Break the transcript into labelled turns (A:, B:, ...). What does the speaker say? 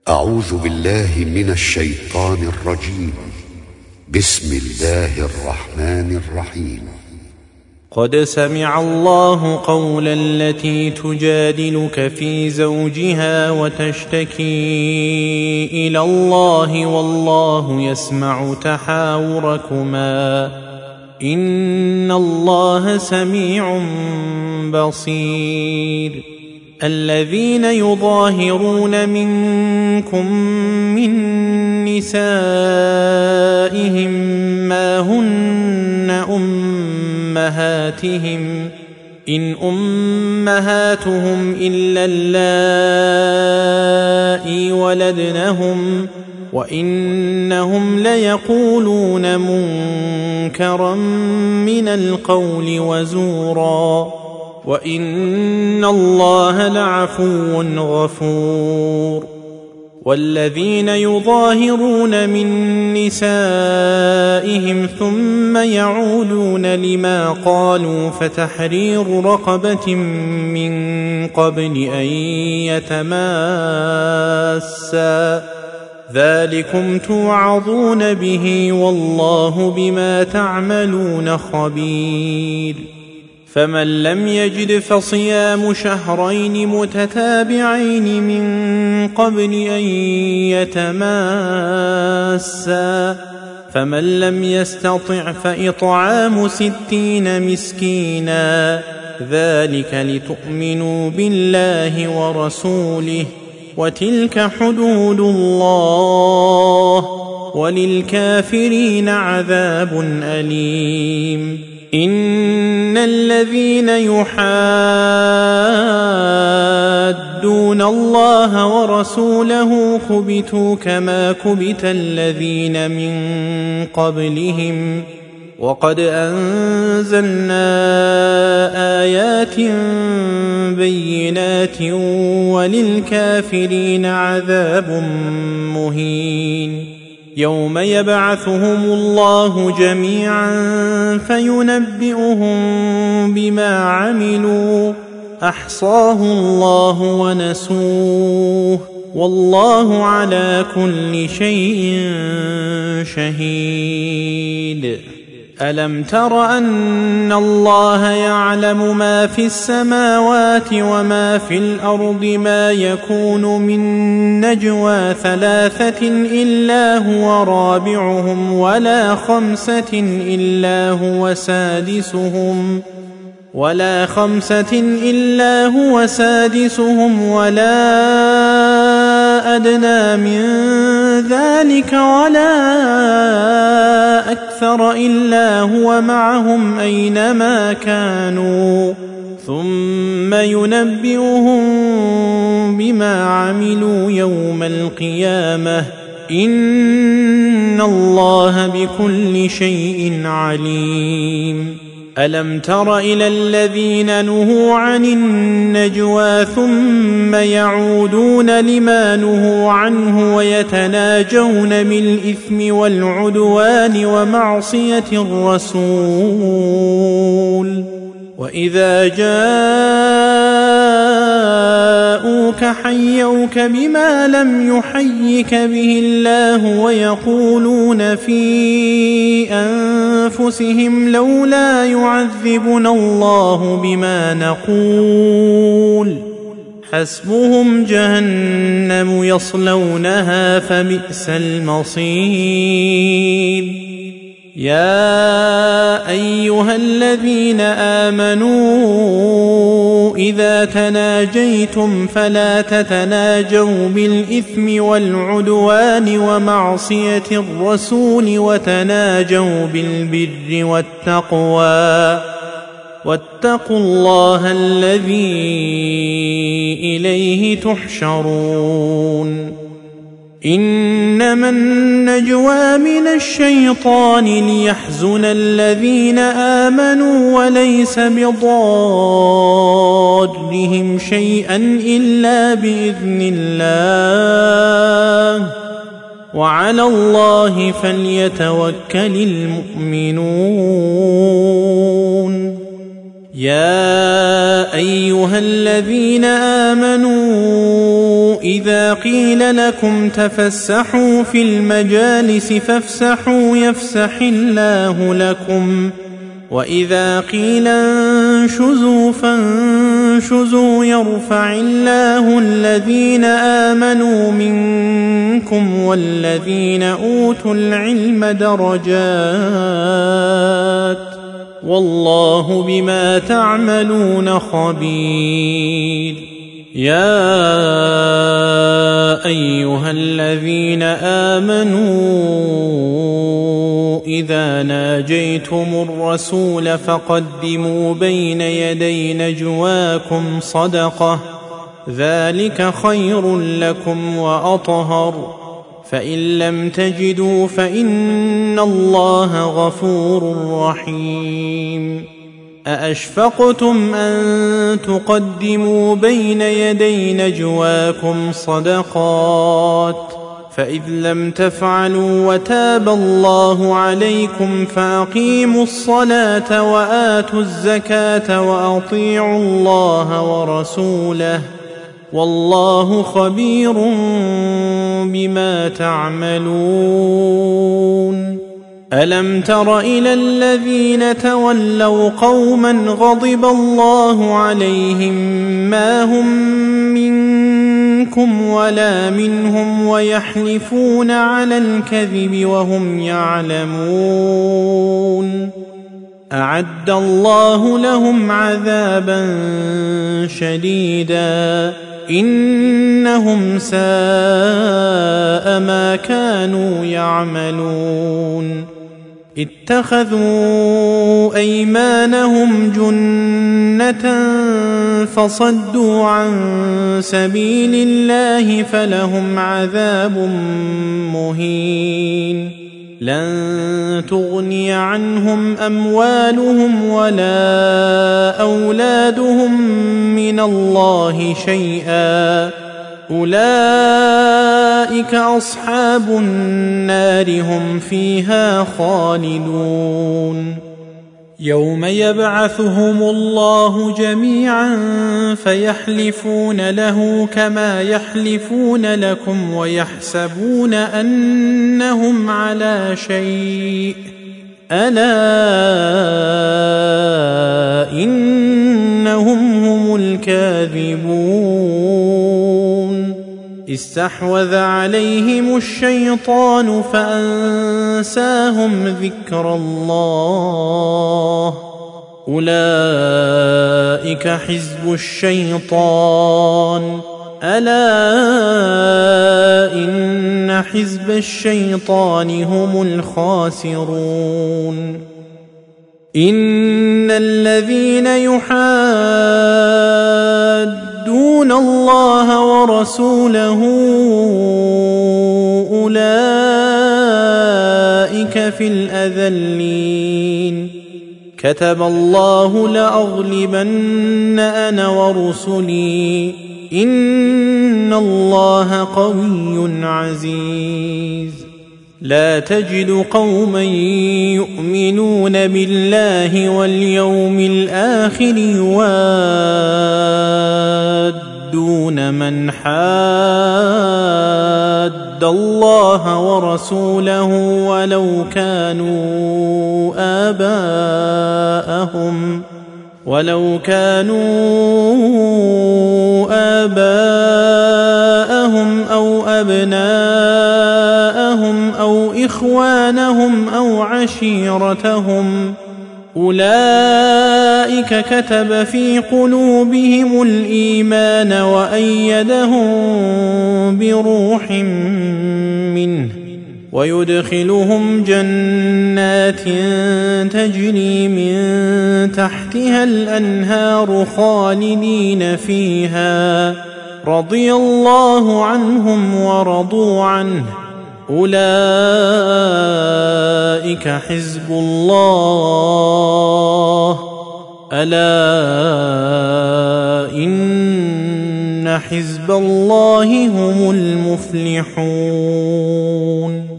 A: أعوذ بالله من الشيطان الرجيم. بسم الله الرحمن الرحيم.
B: قد سمع الله قول التي تجادلك في زوجها وتشتكي إلى الله والله يسمع تحاوركما إن الله سميع بصير. الذين يظاهرون منكم من نسائهم ما هن أمهاتهم إن أمهاتهم إلا اللائي ولدنهم وإنهم ليقولون منكرا من القول وزورا وإن الله لعفو غفور. والذين يظاهرون من نسائهم ثم يعودون لما قالوا فتحرير رقبة من قبل أن يتماسا ذلكم توعظون به والله بما تعملون خبير. فمن لم يجد فصيام شهرين متتابعين من قبل أن يتماسا فمن لم يستطع فإطعام 60 مسكينا ذلك لتؤمنوا بالله ورسوله وتلك حدود الله وللكافرين عذاب أليم. إن الذين يحادون الله ورسوله كبتوا كما كبت الذين من قبلهم وقد أنزلنا آيات بينات وللكافرين عذاب مهين. يوم يبعثهم الله جميعا فينبئهم بما عملوا أحصاه الله ونسوه والله على كل شيء شهيد. ألم تر أن الله يعلم ما في السماوات وما في الأرض ما يكون من نجوى 3 إلا هو رابعهم ولا 5 إلا هو سادسهم ولا أدنى من ذلك ولا أكثر إلا هو معهم أينما كانوا ثم ينبئهم بما عملوا يوم القيامة إن الله بكل شيء عليم. ألم تر إلى الذين نهوا عن النجوى ثم يعودون لما نهوا عنه ويتناجون بالإثم والعدوان ومعصية الرسول وإذا جاءوك حيوك بما لم يحيك به الله ويقولون في أنفسهم لولا يعذبنا الله بما نقول حسبهم جهنم يصلونها فبئس المصير. يا أيها الذين آمنوا إذا تناجيتم فلا تتناجوا بالإثم والعدوان ومعصية الرسول وتناجوا بالبر والتقوى واتقوا الله الذي إليه تحشرون. إنما النجوى من الشيطان ليحزن الذين آمنوا وليس بضارهم شيئا إلا بإذن الله وعلى الله فليتوكل المؤمنون. يا أيها الذين آمنوا إذا قيل لكم تفسحوا في المجالس فافسحوا يفسح الله لكم وإذا قيل انشزوا فانشزوا يرفع الله الذين آمنوا منكم والذين أوتوا العلم درجات والله بما تعملون خبير. يا أيها الذين آمنوا إذا ناجيتم الرسول فقدموا بين يدي نجواكم صدقة ذلك خير لكم وأطهر فإن لم تجدوا فإن الله غفور رحيم. أأشفقتم أن تقدموا بين يدي نجواكم صدقات فإذ لم تفعلوا وتاب الله عليكم فأقيموا الصلاة وآتوا الزكاة وأطيعوا الله ورسوله والله خبير بما تعملون. ألم تر إلى الذين تولوا قوما غضب الله عليهم ما هم منكم ولا منهم ويحلفون على الكذب وهم يعلمون أعد الله لهم عذابا شديدا إنهم ساء ما كانوا يعملون. اتخذوا أيمانهم جنة فصدوا عن سبيل الله فلهم عذاب مهين. لن تغني عنهم أموالهم ولا أولادهم من الله شيئا أولئك أصحاب النار هم فيها خالدون. يوم يبعثهم الله جميعا فيحلفون له كما يحلفون لكم ويحسبون أنهم على شيء ألا إنهم هم الكاذبون. استحوذ عليهم الشيطان فأنساهم ذكر الله أولئك حزب الشيطان ألا إن حزب الشيطان هم الخاسرون. إن الذين يحادون الله ورسوله أولئك في الأذلين. كتب الله لأغلبن أنا ورسلي إن الله قوي عزيز. لا تجد قوما يؤمنون بالله واليوم الآخر يوادون من حاد الله ورسوله ولو كانوا آباءهم أو أبناءهم أو إخوانهم أو عشيرتهم أولئك كتب في قلوبهم الإيمان وأيدهم بروح منه ويدخلهم جنات تجري من تحتها الأنهار خالدين فيها رضي الله عنهم ورضوا عنه أولئك حزب الله ألا إن حزب الله هم المفلحون.